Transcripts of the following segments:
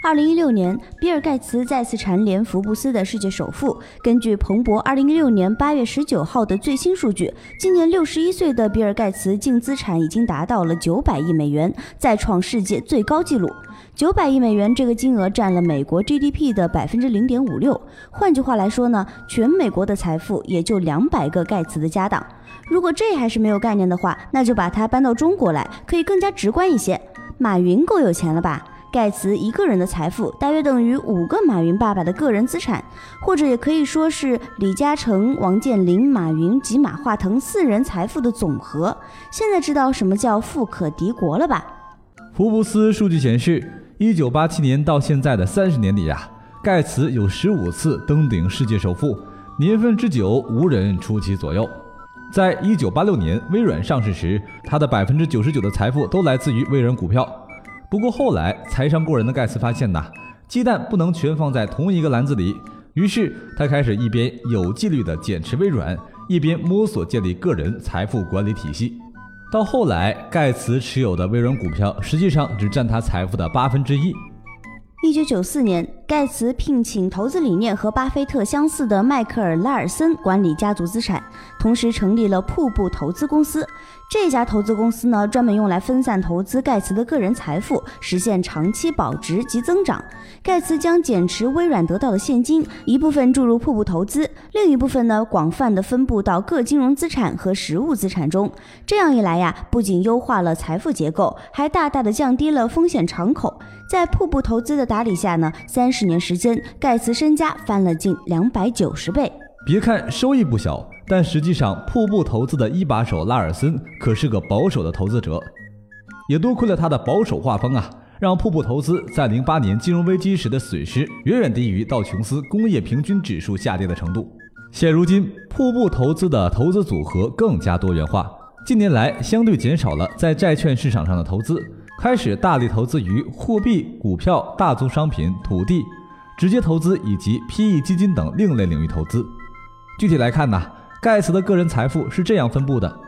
2016年，比尔·盖茨再次蝉联福布斯的世界首富。根据彭博2016年8月19号的最新数据，今年61岁的比尔·盖茨净资产已经达到了900亿美元，再创世界最高纪录。900亿美元这个金额占了美国 GDP 的 0.56%。换句话来说呢，全美国的财富也就200个盖茨的家当。如果这还是没有概念的话，那就把它搬到中国来，可以更加直观一些。马云够有钱了吧？盖茨一个人的财富大约等于5个马云爸爸的个人资产，或者也可以说是李嘉诚、王健林、马云及马化腾4人财富的总和。现在知道什么叫富可敌国了吧？ 福布斯数据显示，1987年到现在的30年里盖茨有15次登顶世界首富，年份之久无人出其左右。在1986年微软上市时，他的 99% 的财富都来自于微软股票。不过后来财商过人的盖茨发现鸡蛋不能全放在同一个篮子里，于是他开始一边有纪律地减持微软，一边摸索建立个人财富管理体系。到后来，盖茨持有的微软股票实际上只占他财富的1/8。 1994年，盖茨聘请投资理念和巴菲特相似的迈克尔·拉尔森管理家族资产，同时成立了瀑布投资公司。这家投资公司呢，专门用来分散投资盖茨的个人财富，实现长期保值及增长。盖茨将减持微软得到的现金一部分注入瀑布投资，另一部分呢，广泛的分布到各金融资产和实物资产中。这样一来不仅优化了财富结构，还大大的降低了风险敞口。在瀑布投资的打理下呢，30年时间，盖茨身家翻了近290倍。 别看收益不小，但实际上瀑布投资的一把手拉尔森可是个保守的投资者，也多亏了他的保守画风让瀑布投资在08年金融危机时的损失远远低于道琼斯工业平均指数下跌的程度。现如今，瀑布投资的投资组合更加多元化，近年来相对减少了在债券市场上的投资，开始大力投资于货币、股票、大宗商品、土地、直接投资以及 PE 基金等另类领域投资。具体来看盖茨的个人财富是这样分布的：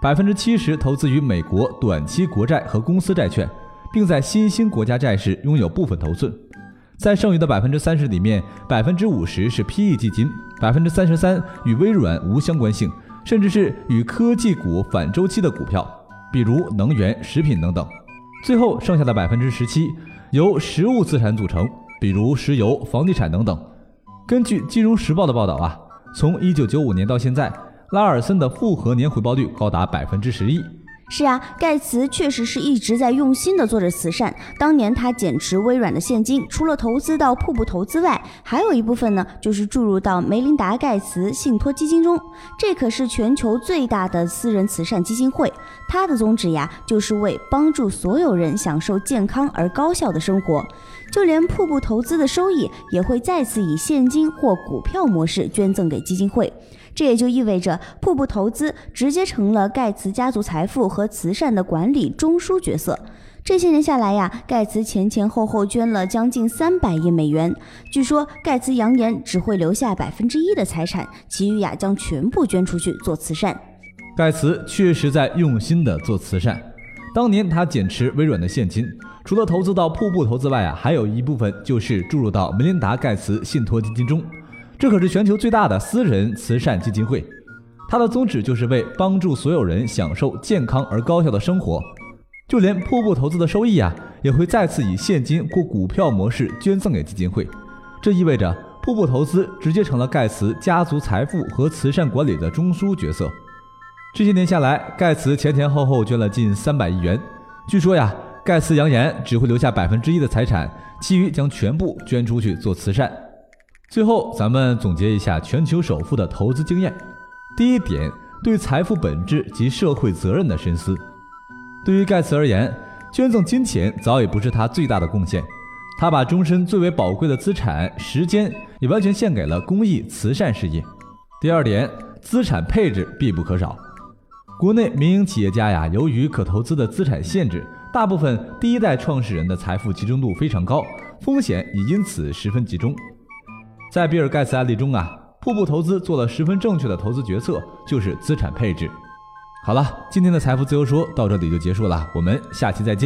70% 投资于美国短期国债和公司债券，并在新兴国家债市拥有部分头寸。在剩余的 30% 里面， 50% 是 PE 基金， 33% 与微软无相关性，甚至是与科技股反周期的股票，比如能源、食品等等。最后剩下的 17% 由实物资产组成，比如石油、房地产等等。根据金融时报的报道从1995年到现在，拉尔森的复合年回报率高达 11%。 是盖茨确实是一直在用心的做着慈善。当年他减持微软的现金，除了投资到瀑布投资外，还有一部分呢，就是注入到梅琳达·盖茨信托基金中。这可是全球最大的私人慈善基金会，它的宗旨就是为帮助所有人享受健康而高效的生活。就连瀑布投资的收益也会再次以现金或股票模式捐赠给基金会。这也就意味着瀑布投资直接成了盖茨家族财富和慈善的管理中枢角色。这些年下来盖茨前后后捐了将近300亿美元。据说盖茨扬言只会留下1%的财产，其余将全部捐出去做慈善。 盖茨确实在用心的做慈善。当年他减持微软的现金，除了投资到瀑布投资外还有一部分就是注入到梅琳达·盖茨信托基金中。这可是全球最大的私人慈善基金会，它的宗旨就是为帮助所有人享受健康而高效的生活。就连瀑布投资的收益也会再次以现金或股票模式捐赠给基金会。这意味着瀑布投资直接成了盖茨家族财富和慈善管理的中枢角色。这些年下来，盖茨前后后捐了近300亿元。据说盖茨扬言只会留下1%的财产，其余将全部捐出去做慈善。最后咱们总结一下全球首富的投资经验。第一点，对财富本质及社会责任的深思。对于盖茨而言，捐赠金钱早已不是他最大的贡献，他把终身最为宝贵的资产时间也完全献给了公益慈善事业。第二点，资产配置必不可少。国内民营企业家由于可投资的资产限制，大部分第一代创始人的财富集中度非常高，风险也因此十分集中。在比尔盖茨案例中瀑布投资做了十分正确的投资决策，就是资产配置。好了，今天的财富自由说到这里就结束了，我们下期再见。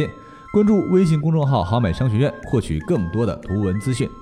关注微信公众号好美商学院，获取更多的图文资讯。